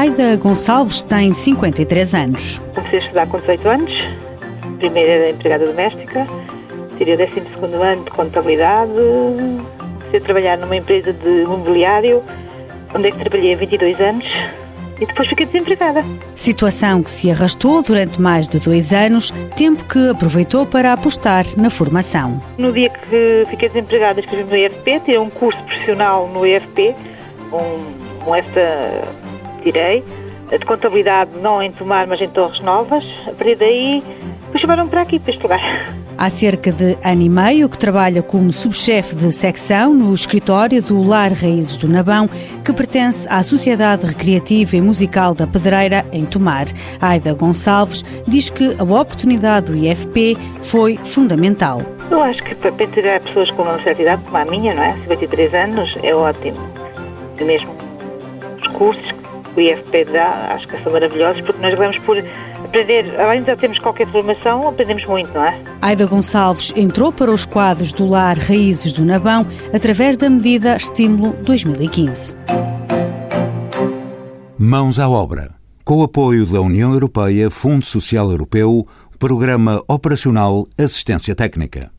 Aida Gonçalves tem 53 anos. Comecei a estudar com 18 anos. Primeiro era empregada doméstica. Tirei o 12º ano de contabilidade. Comecei a trabalhar numa empresa de imobiliário, onde é que trabalhei há 22 anos. E depois fiquei desempregada. Situação que se arrastou durante mais de 2 anos, tempo que aproveitou para apostar na formação. No dia que fiquei desempregada, escrevi no IFP, tirei um curso profissional no IFP, tirei, de contabilidade não em Tomar, mas em Torres Novas. A partir daí, depois chamaram-me para aqui, para este lugar. Há cerca de ano e meio que trabalha como subchefe de secção no escritório do Lar Raízes do Nabão, que pertence à Sociedade Recreativa e Musical da Pedreira, em Tomar. Aida Gonçalves diz que a oportunidade do IFP foi fundamental. Eu acho que para integrar pessoas com uma certa idade, como a minha, não é? 53 anos, é ótimo. E mesmo os cursos que o IFP dá, acho que são maravilhosos, porque nós vamos por aprender, além de já termos qualquer formação, aprendemos muito, não é? Aida Gonçalves entrou para os quadros do Lar Raízes do Nabão através da medida Estímulo 2015. Mãos à obra. Com o apoio da União Europeia, Fundo Social Europeu, Programa Operacional Assistência Técnica.